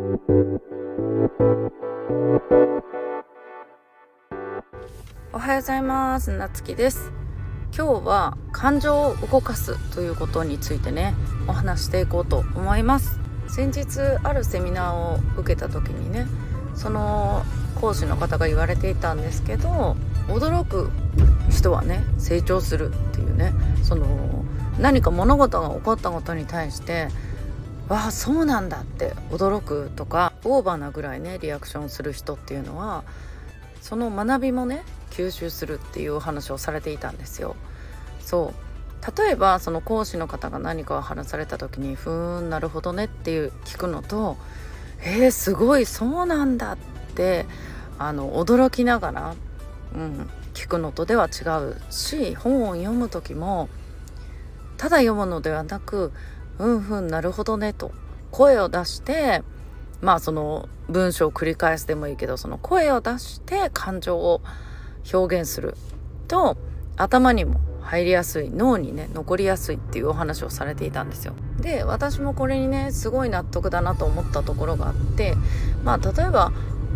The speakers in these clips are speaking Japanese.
おはようございます。なつきです。今日は感情を動かすということについてね、お話していこうと思います。先日あるセミナーを受けた時にね、その講師の方が言われていたんですけど、驚く人はね成長するっていうね、何か物事が起こったことに対してわあそうなんだって驚くとか、オーバーなぐらいねリアクションする人っていうのは、その学びもね吸収するっていうお話をされていたんですよ。例えばその講師の方が何かを話された時に、なるほどねっていう聞くのと、すごいそうなんだって驚きながら、聞くのとでは違うし、本を読む時もただ読むのではなく、なるほどねと声を出して、その文章を繰り返すでもいいけど、その声を出して感情を表現すると頭にも入りやすい、脳にね残りやすいっていうお話をされていたんですよ。で、私もこれにねすごい納得だなと思ったところがあって、例えば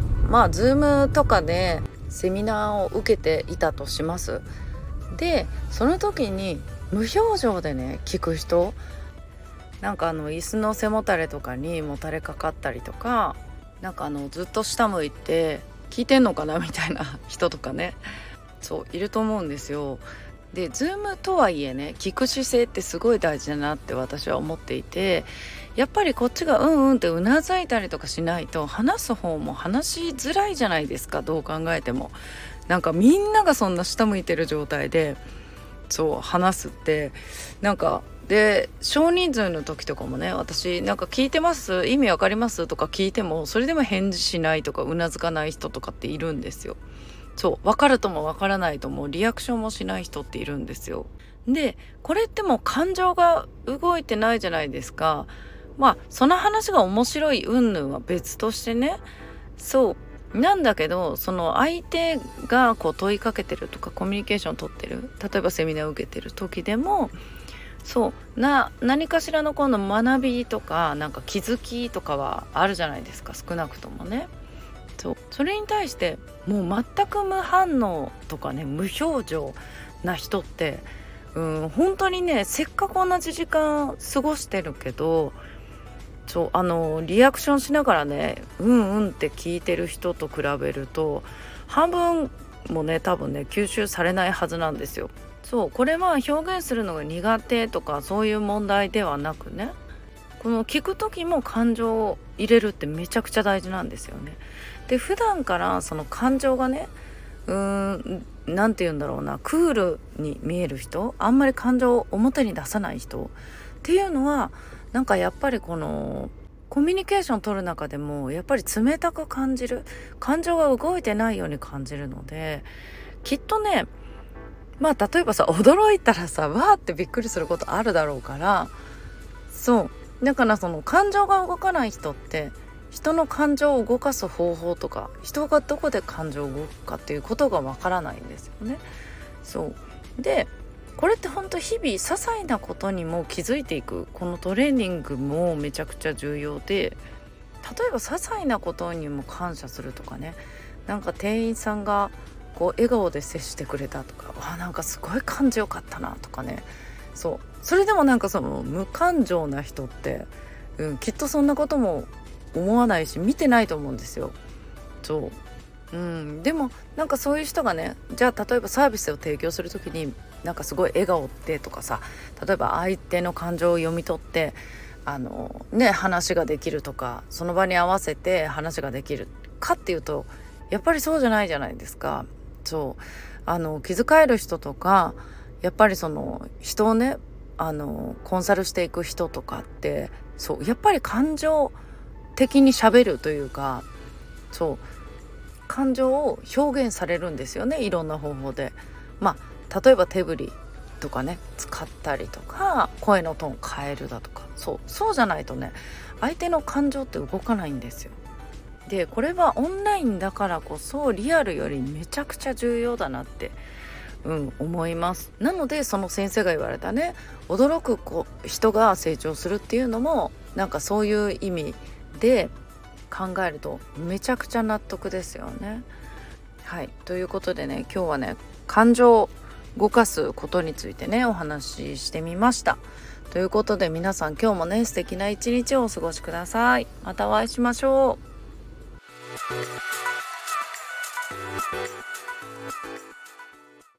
Zoom とかでセミナーを受けていたとします。で、その時に無表情でね聞く人、椅子の背もたれとかにもたれかかったりとか、ずっと下向いて聞いてんのかなみたいな人とかね、いると思うんですよ。で、ズームとはいえね、聞く姿勢ってすごい大事だなって私は思っていて、やっぱりこっちがってうなずいたりとかしないと、話す方も話しづらいじゃないですか、どう考えても。みんながそんな下向いてる状態で話すって、で少人数の時とかもね、私聞いてます意味わかりますとか聞いても、それでも返事しないとかうなずかない人とかっているんですよ。わかるともわからないともリアクションもしない人っているんですよ。で、これってもう感情が動いてないじゃないですか。その話が面白い云々は別としてね、なんだけど、その相手が問いかけてるとかコミュニケーションを取ってる、例えばセミナーを受けてる時でも何かしらの今度学びとか気づきとかはあるじゃないですか、少なくともね。それに対してもう全く無反応とかね、無表情な人って、本当にね、せっかく同じ時間過ごしてるけど、リアクションしながらねって聞いてる人と比べると、半分もね多分ね吸収されないはずなんですよ。これは表現するのが苦手とかそういう問題ではなくね、この聞く時も感情を入れるってめちゃくちゃ大事なんですよね。で、普段からその感情がね、なんて言うんだろうな、クールに見える人、あんまり感情を表に出さない人っていうのは、やっぱりこのコミュニケーションを取る中でもやっぱり冷たく感じる、感情が動いてないように感じるので、きっとね、例えば驚いたらわーってびっくりすることあるだろうから、だからその感情が動かない人って人の感情を動かす方法とか、人がどこで感情を動くかっていうことがわからないんですよね。で、これって本当日々些細なことにも気づいていく、このトレーニングもめちゃくちゃ重要で、例えば些細なことにも感謝するとかね、店員さんが笑顔で接してくれたとか、すごい感じよかったなとかね、それでもその無感情な人って、きっとそんなことも思わないし見てないと思うんですよ。でもそういう人がね、じゃあ例えばサービスを提供するときにすごい笑顔ってとか例えば相手の感情を読み取って話ができるとか、その場に合わせて話ができるかっていうと、やっぱりそうじゃないじゃないですか。気遣える人とか、やっぱりその人をねコンサルしていく人とかって、やっぱり感情的に喋るというか、感情を表現されるんですよね、いろんな方法で。例えば手振りとかね使ったりとか、声のトーン変えるだとか、そうじゃないとね相手の感情って動かないんですよ。で、これはオンラインだからこそリアルよりめちゃくちゃ重要だなって思います。なのでその先生が言われたね、驚く人が成長するっていうのもそういう意味で考えるとめちゃくちゃ納得ですよね。はい、ということでね、今日はね、感情を動かすことについてね、お話ししてみました。ということで皆さん、今日もね、素敵な一日をお過ごしください。またお会いしましょう。